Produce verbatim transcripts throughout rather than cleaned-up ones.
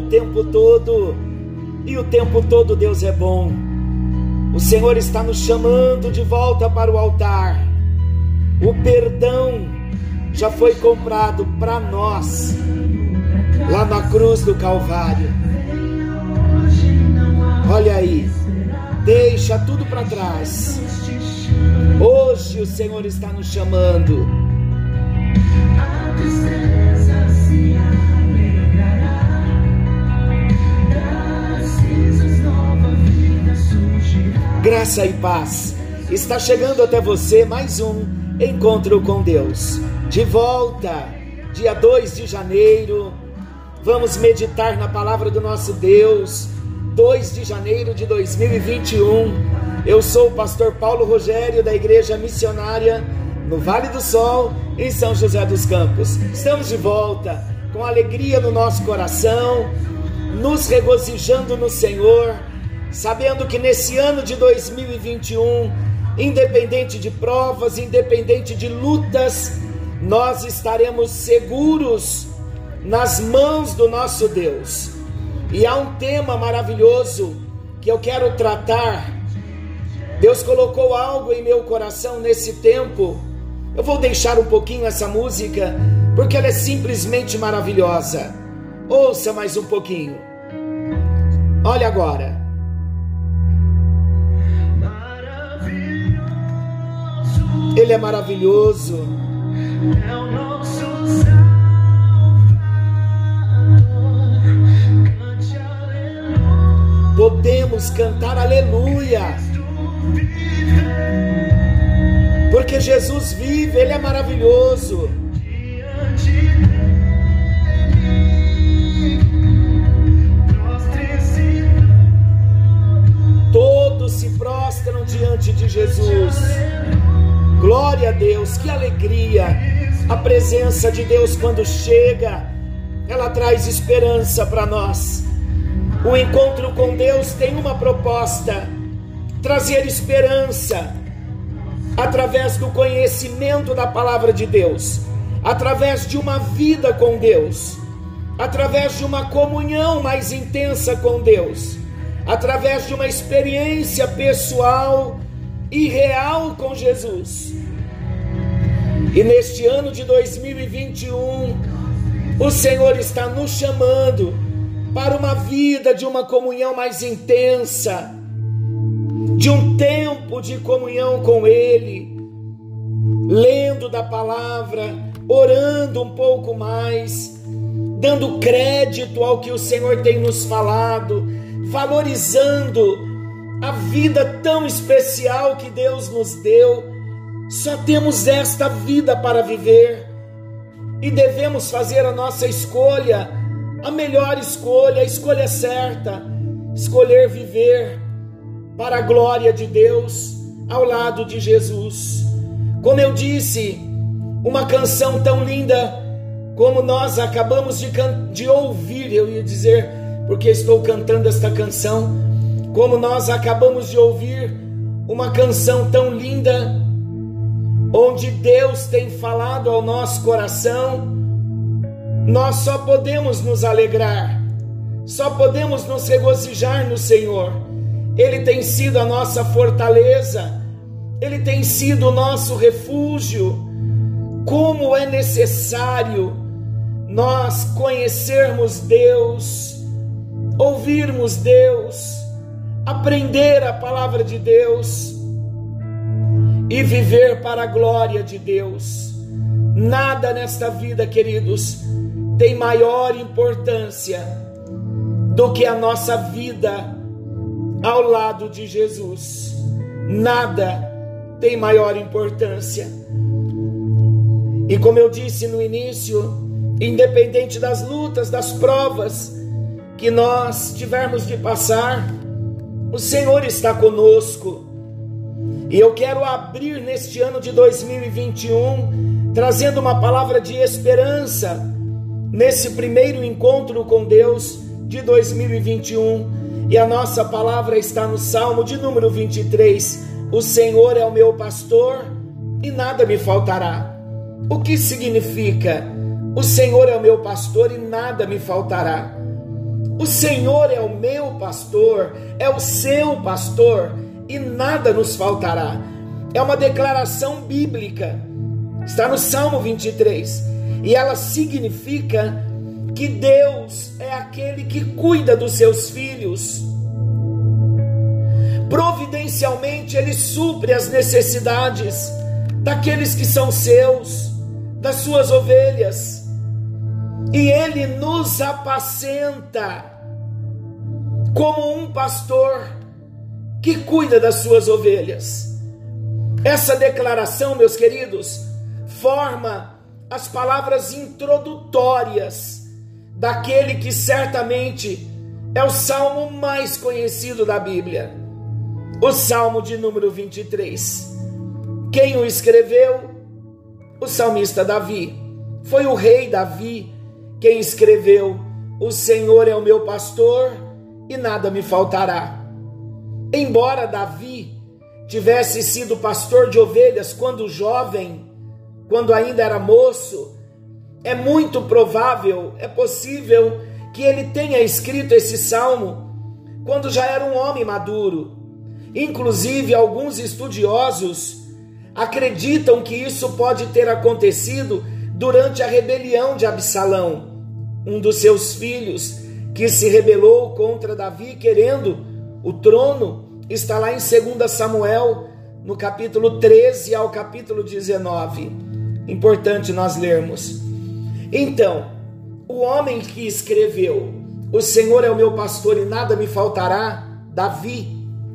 tempo todo, e o tempo todo Deus é bom. O Senhor está nos chamando de volta para o altar. O perdão já foi comprado para nós, lá na cruz do Calvário. Olha aí, deixa tudo para trás. Hoje o Senhor está nos chamando. A tristeza se alegrará, das cinzas nova vida surgirá. Graça e paz. Está chegando até você mais um Encontro com Deus. De volta, dia dois de janeiro, vamos meditar na palavra do nosso Deus. dois de janeiro de dois mil e vinte e um. Eu sou o pastor Paulo Rogério, da Igreja Missionária no Vale do Sol, em São José dos Campos. Estamos de volta com alegria no nosso coração, nos regozijando no Senhor, sabendo que nesse ano de dois mil e vinte e um, independente de provas, independente de lutas, nós estaremos seguros nas mãos do nosso Deus. E há um tema maravilhoso que eu quero tratar. Deus colocou algo em meu coração nesse tempo. Eu vou deixar um pouquinho essa música, porque ela é simplesmente maravilhosa. Ouça mais um pouquinho. Olha agora. Ele é maravilhoso. É o nosso Salvador. Cante aleluia. Podemos cantar aleluia. Porque Jesus vive, Ele é maravilhoso. Diante dele, prostre-se Todos se prostram diante de Jesus. Glória a Deus, que alegria. A presença de Deus, quando chega, ela traz esperança para nós. O encontro com Deus tem uma proposta: trazer esperança através do conhecimento da palavra de Deus, através de uma vida com Deus, através de uma comunhão mais intensa com Deus, através de uma experiência pessoal e real com Jesus. E neste ano de dois mil e vinte e um, o Senhor está nos chamando para uma vida de uma comunhão mais intensa, de um tempo de comunhão com Ele, lendo da palavra, orando um pouco mais, dando crédito ao que o Senhor tem nos falado, valorizando a vida tão especial que Deus nos deu. Só temos esta vida para viver e devemos fazer a nossa escolha, a melhor escolha, a escolha certa, escolher viver para a glória de Deus, ao lado de Jesus. Como eu disse, uma canção tão linda como nós acabamos de, can- de ouvir, eu ia dizer, porque estou cantando esta canção, como nós acabamos de ouvir uma canção tão linda, onde Deus tem falado ao nosso coração. Nós só podemos nos alegrar, só podemos nos regozijar no Senhor. Ele tem sido a nossa fortaleza, Ele tem sido o nosso refúgio. Como é necessário nós conhecermos Deus, ouvirmos Deus, aprender a palavra de Deus e viver para a glória de Deus. Nada nesta vida, queridos, tem maior importância do que a nossa vida ao lado de Jesus. Nada tem maior importância. E como eu disse no início, independente das lutas, das provas que nós tivermos de passar, o Senhor está conosco. E eu quero abrir neste ano de dois mil e vinte e um, trazendo uma palavra de esperança, nesse primeiro encontro com Deus de dois mil e vinte e um. E a nossa palavra está no Salmo de número vinte e três. O Senhor é o meu pastor e nada me faltará. O que significa? O Senhor é o meu pastor e nada me faltará. O Senhor é o meu pastor, é o seu pastor, e nada nos faltará. É uma declaração bíblica, está no Salmo vinte e três, e ela significa que Deus é aquele que cuida dos seus filhos. Providencialmente Ele supre as necessidades daqueles que são seus, das suas ovelhas, e Ele nos apacenta como um pastor que cuida das suas ovelhas. Essa declaração, meus queridos, forma as palavras introdutórias daquele que certamente é o salmo mais conhecido da Bíblia, o Salmo de número vinte e três. Quem o escreveu? O salmista Davi. Foi o rei Davi quem escreveu: o Senhor é o meu pastor e nada me faltará. Embora Davi tivesse sido pastor de ovelhas quando jovem, quando ainda era moço, é muito provável, é possível que ele tenha escrito esse salmo quando já era um homem maduro. Inclusive, alguns estudiosos acreditam que isso pode ter acontecido durante a rebelião de Absalão, um dos seus filhos que se rebelou contra Davi querendo o trono. Está lá em dois Samuel, no capítulo treze ao capítulo dezenove. Importante nós lermos. Então, o homem que escreveu: o Senhor é o meu pastor e nada me faltará, Davi,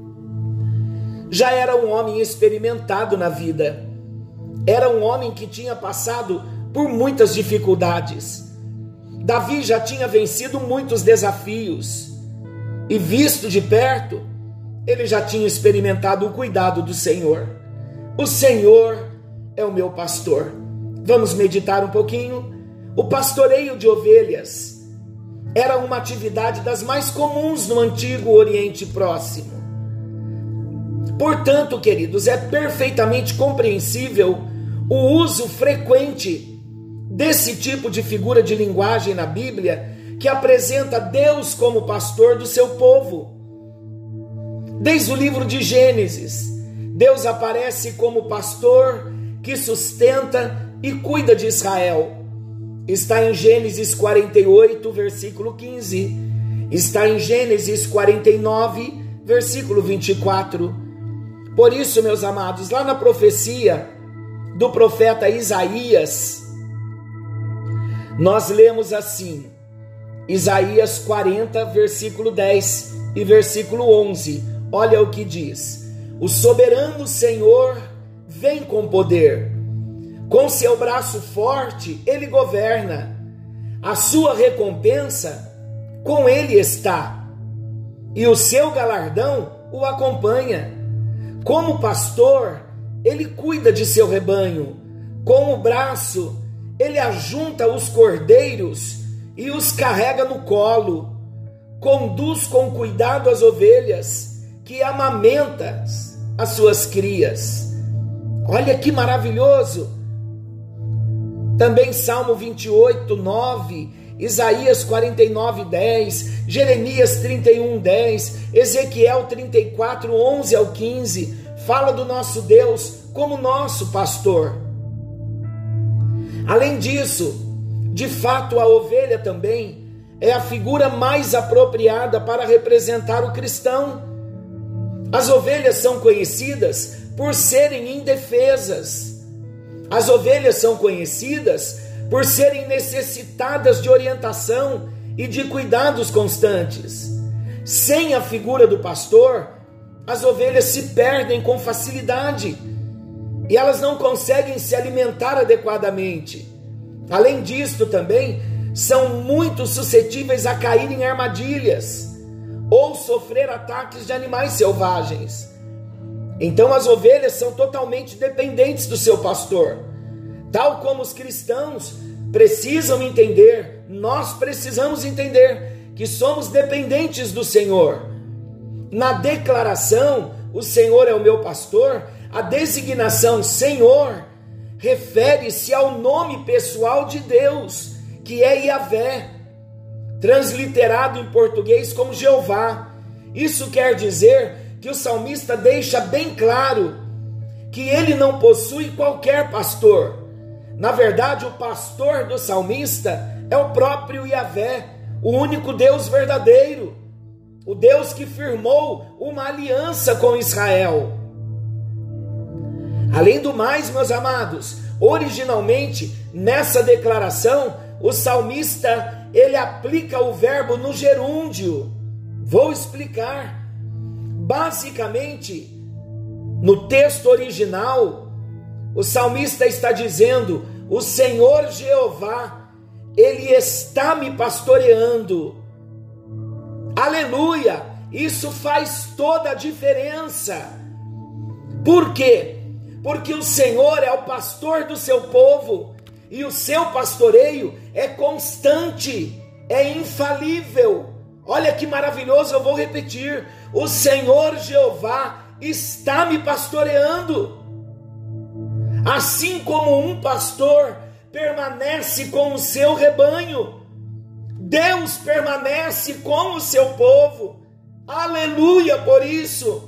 já era um homem experimentado na vida. Era um homem que tinha passado por muitas dificuldades. Davi já tinha vencido muitos desafios e, visto de perto, ele já tinha experimentado o cuidado do Senhor. O Senhor é o meu pastor. Vamos meditar um pouquinho. O pastoreio de ovelhas era uma atividade das mais comuns no antigo Oriente Próximo. Portanto, queridos, é perfeitamente compreensível o uso frequente desse tipo de figura de linguagem na Bíblia, que apresenta Deus como pastor do seu povo. Desde o livro de Gênesis, Deus aparece como pastor que sustenta e cuida de Israel. Está em Gênesis quarenta e oito, versículo quinze. Está em Gênesis quarenta e nove, versículo vinte e quatro. Por isso, meus amados, lá na profecia do profeta Isaías, nós lemos assim, Isaías quarenta, versículo dez e versículo onze. Olha o que diz: o soberano Senhor vem com poder, com seu braço forte ele governa, a sua recompensa com ele está, e o seu galardão o acompanha. Como pastor, ele cuida de seu rebanho, com o braço ele ajunta os cordeiros e os carrega no colo, conduz com cuidado as ovelhas, que amamenta as suas crias. Olha que maravilhoso! Também Salmo vinte e oito, nove, Isaías quarenta e nove, dez, Jeremias trinta e um, dez, Ezequiel trinta e quatro, onze ao quinze, fala do nosso Deus como nosso pastor. Além disso, de fato a ovelha também é a figura mais apropriada para representar o cristão. As ovelhas são conhecidas por serem indefesas. As ovelhas são conhecidas por serem necessitadas de orientação e de cuidados constantes. Sem a figura do pastor, as ovelhas se perdem com facilidade e elas não conseguem se alimentar adequadamente. Além disto, também são muito suscetíveis a cair em armadilhas ou sofrer ataques de animais selvagens. Então as ovelhas são totalmente dependentes do seu pastor. Tal como os cristãos precisam entender, nós precisamos entender que somos dependentes do Senhor. Na declaração, o Senhor é o meu pastor, a designação Senhor refere-se ao nome pessoal de Deus, que é Yahvé. transliterado em português como Jeová. Isso quer dizer que o salmista deixa bem claro que ele não possui qualquer pastor. Na verdade, o pastor do salmista é o próprio Yahvé, o único Deus verdadeiro, o Deus que firmou uma aliança com Israel. Além do mais, meus amados, originalmente, nessa declaração, o salmista, ele aplica o verbo no gerúndio. Vou explicar. Basicamente, no texto original, o salmista está dizendo: o Senhor Jeová, Ele está me pastoreando. Aleluia! Isso faz toda a diferença. Por quê? Porque o Senhor é o pastor do seu povo, e o seu pastoreio é constante, é infalível. Olha que maravilhoso, eu vou repetir: o Senhor Jeová está me pastoreando. Assim como um pastor permanece com o seu rebanho, Deus permanece com o seu povo. Aleluia por isso.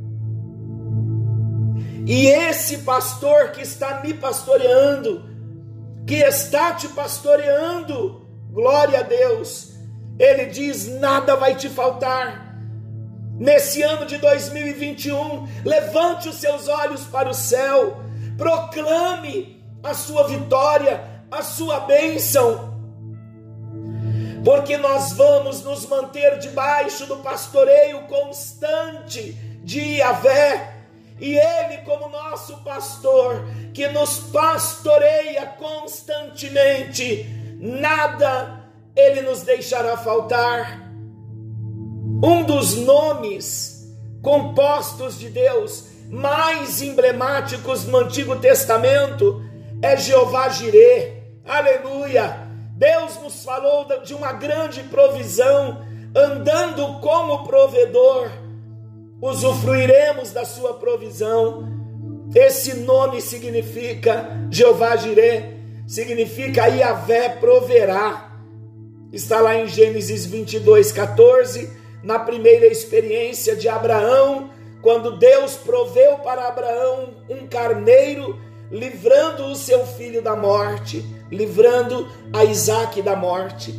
E esse pastor que está me pastoreando, que está te pastoreando, glória a Deus, ele diz: nada vai te faltar. Nesse ano de dois mil e vinte e um, levante os seus olhos para o céu, proclame a sua vitória, a sua bênção, porque nós vamos nos manter debaixo do pastoreio constante de Yahvé, e Ele, como nosso pastor, que nos pastoreia constantemente, nada Ele nos deixará faltar. Um dos nomes compostos de Deus mais emblemáticos no Antigo Testamento é Jeová Jireh. Aleluia! Deus nos falou de uma grande provisão, andando como provedor, usufruiremos da sua provisão. Esse nome significa, Jeová Jireh, significa Yahvé proverá. Está lá em Gênesis vinte e dois, quatorze, na primeira experiência de Abraão, quando Deus proveu para Abraão um carneiro, livrando o seu filho da morte, livrando a Isaque da morte.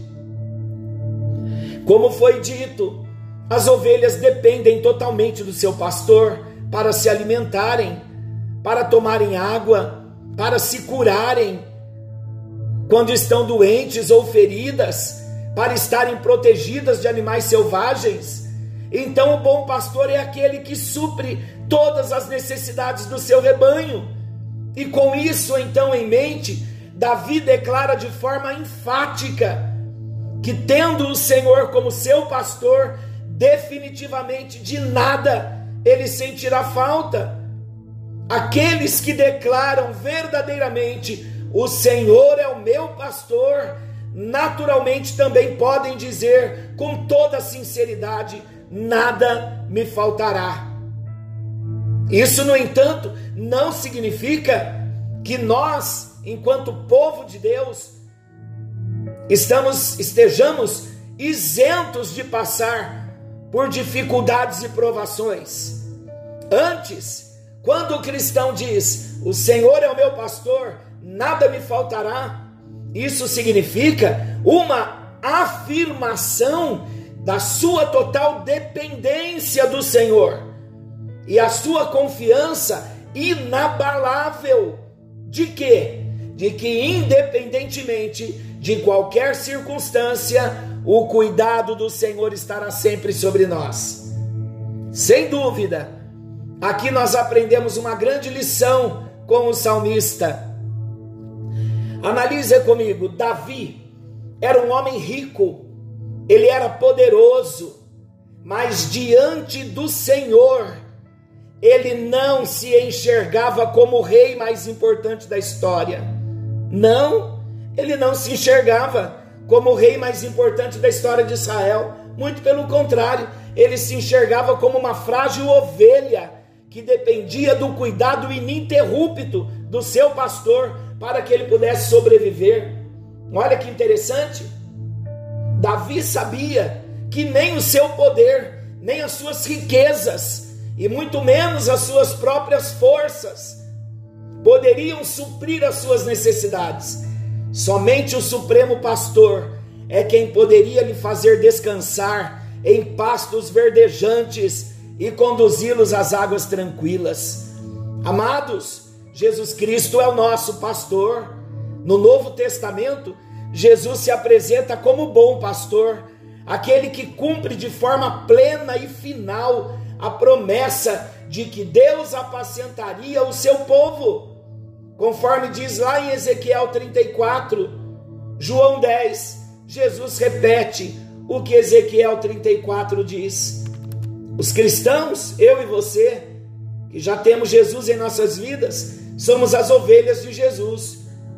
Como foi dito, as ovelhas dependem totalmente do seu pastor para se alimentarem, para tomarem água, para se curarem quando estão doentes ou feridas, para estarem protegidas de animais selvagens. Então o bom pastor é aquele que supre todas as necessidades do seu rebanho. E com isso então em mente, Davi declara de forma enfática que, tendo o Senhor como seu pastor, definitivamente de nada ele sentirá falta. Aqueles que declaram verdadeiramente: o Senhor é o meu pastor, naturalmente também podem dizer com toda sinceridade: nada me faltará. Isso, no entanto, não significa que nós, enquanto povo de Deus, estamos, estejamos isentos de passar por dificuldades e provações. Antes, quando o cristão diz: o Senhor é o meu pastor, nada me faltará, isso significa uma afirmação da sua total dependência do Senhor e a sua confiança inabalável de quê? De que, independentemente de qualquer circunstância, o cuidado do Senhor estará sempre sobre nós. Sem dúvida, aqui nós aprendemos uma grande lição com o salmista. Analise comigo. Davi era um homem rico, ele era poderoso, mas diante do Senhor, ele não se enxergava como o rei mais importante da história. Não, ele não se enxergava como o rei mais importante da história de Israel. Muito pelo contrário, ele se enxergava como uma frágil ovelha que dependia do cuidado ininterrupto do seu pastor para que ele pudesse sobreviver. Olha que interessante. Davi sabia que nem o seu poder, nem as suas riquezas, e muito menos as suas próprias forças, poderiam suprir as suas necessidades. Somente o Supremo Pastor é quem poderia lhe fazer descansar em pastos verdejantes e conduzi-los às águas tranquilas. Amados, Jesus Cristo é o nosso pastor. No Novo Testamento, Jesus se apresenta como bom pastor, aquele que cumpre de forma plena e final a promessa de que Deus apacentaria o seu povo, conforme diz lá em Ezequiel trinta e quatro, João dez, Jesus repete o que Ezequiel trinta e quatro diz. Os cristãos, eu e você, que já temos Jesus em nossas vidas, somos as ovelhas de Jesus,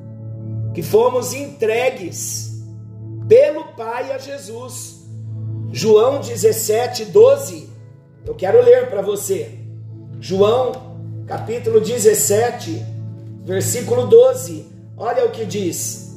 que fomos entregues pelo Pai a Jesus. João dezessete, doze, eu quero ler para você. João, capítulo dezessete, versículo doze, olha o que diz: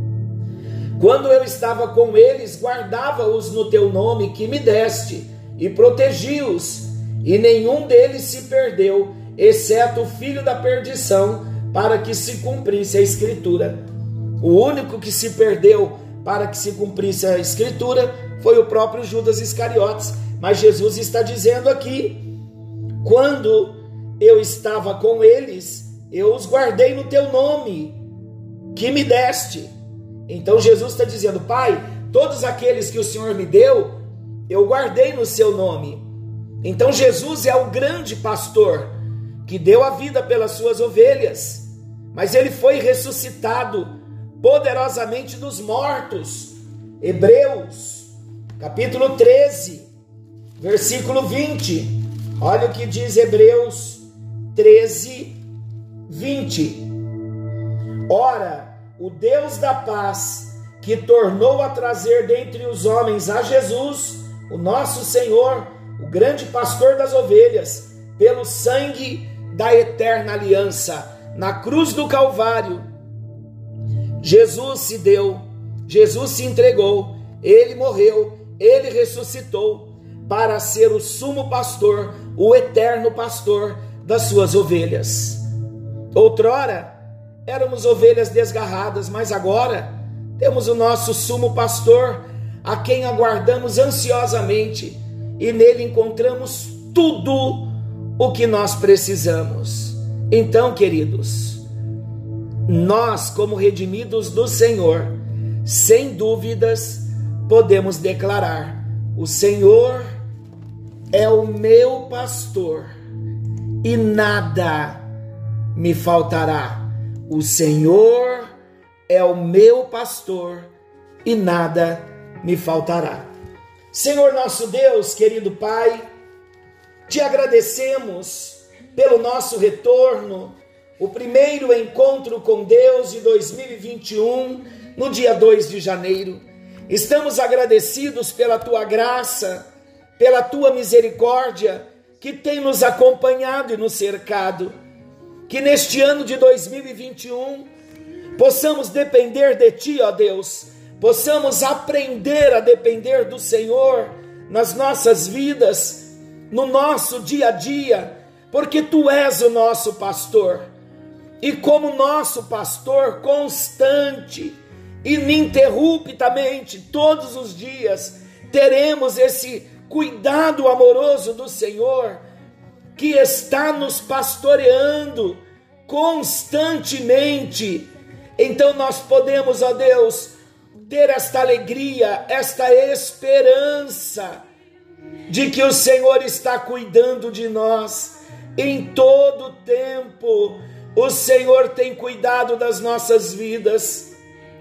quando eu estava com eles, guardava-os no teu nome que me deste, e protegi-os, e nenhum deles se perdeu, exceto o filho da perdição, para que se cumprisse a Escritura. O único que se perdeu para que se cumprisse a Escritura foi o próprio Judas Iscariotes. Mas Jesus está dizendo aqui: quando eu estava com eles, eu os guardei no teu nome, que me deste. Então Jesus está dizendo: Pai, todos aqueles que o Senhor me deu, eu guardei no seu nome. Então Jesus é o grande pastor, que deu a vida pelas suas ovelhas, mas ele foi ressuscitado poderosamente dos mortos. Hebreus, capítulo treze, versículo vinte, olha o que diz Hebreus treze, vinte. Ora, o Deus da paz, que tornou a trazer dentre os homens a Jesus, o nosso Senhor, o grande pastor das ovelhas, pelo sangue da eterna aliança, na cruz do Calvário, Jesus se deu, Jesus se entregou, ele morreu, ele ressuscitou para ser o sumo pastor, o eterno pastor das suas ovelhas. Outrora éramos ovelhas desgarradas, mas agora temos o nosso sumo pastor, a quem aguardamos ansiosamente, e nele encontramos tudo o que nós precisamos. Então, queridos, nós, como redimidos do Senhor, sem dúvidas, podemos declarar: o Senhor é o meu pastor e nada me faltará. O Senhor é o meu pastor e nada me faltará. Senhor nosso Deus, querido Pai, te agradecemos pelo nosso retorno, o primeiro encontro com Deus de dois mil e vinte e um, no dia dois de janeiro. Estamos agradecidos pela tua graça, pela tua misericórdia, que tem nos acompanhado e nos cercado. Que neste ano de dois mil e vinte e um, possamos depender de ti, ó Deus, possamos aprender a depender do Senhor nas nossas vidas, no nosso dia a dia, porque tu és o nosso pastor. E como nosso pastor constante, ininterruptamente, todos os dias, teremos esse cuidado amoroso do Senhor, que está nos pastoreando constantemente. Então nós podemos, ó Deus, ter esta alegria, esta esperança de que o Senhor está cuidando de nós em todo o tempo. O Senhor tem cuidado das nossas vidas.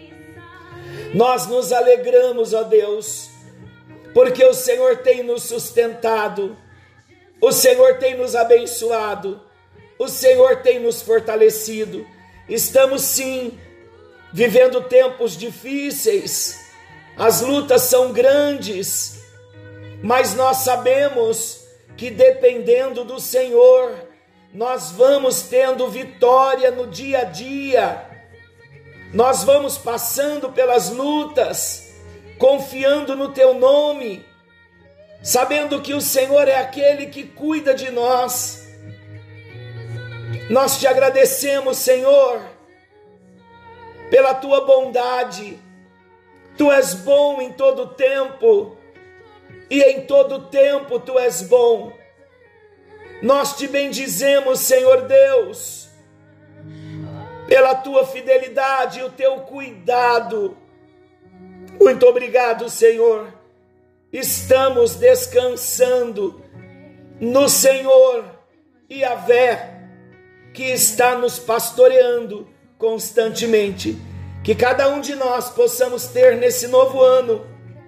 Nós nos alegramos, ó Deus, porque o Senhor tem nos sustentado, o Senhor tem nos abençoado, o Senhor tem nos fortalecido. Estamos sim vivendo tempos difíceis, as lutas são grandes, mas nós sabemos que dependendo do Senhor, nós vamos tendo vitória no dia a dia. Nós vamos passando pelas lutas, confiando no teu nome, sabendo que o Senhor é aquele que cuida de nós. Nós te agradecemos, Senhor, pela tua bondade. Tu és bom em todo tempo, e em todo tempo tu és bom. Nós te bendizemos, Senhor Deus, pela tua fidelidade e o teu cuidado. Muito obrigado, Senhor. Estamos descansando no Senhor Yahvé, que está nos pastoreando constantemente. Que cada um de nós possamos ter nesse novo ano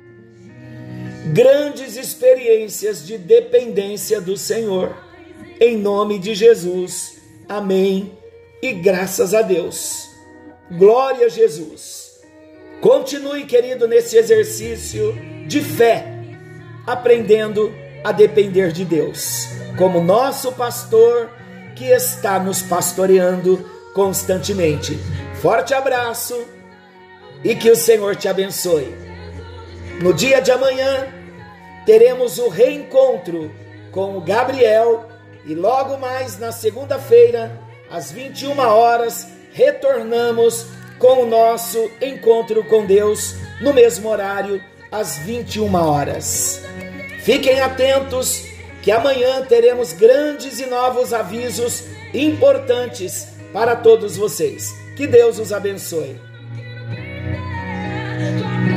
grandes experiências de dependência do Senhor. Em nome de Jesus. Amém. E graças a Deus. Glória a Jesus. Continue, querido, nesse exercício de fé, aprendendo a depender de Deus, como nosso pastor que está nos pastoreando constantemente. Forte abraço e que o Senhor te abençoe. No dia de amanhã, teremos o reencontro com o Gabriel e logo mais na segunda-feira, às vinte e uma horas, retornamos com o nosso encontro com Deus no mesmo horário, às vinte e uma horas. Fiquem atentos que amanhã teremos grandes e novos avisos importantes para todos vocês. Que Deus os abençoe.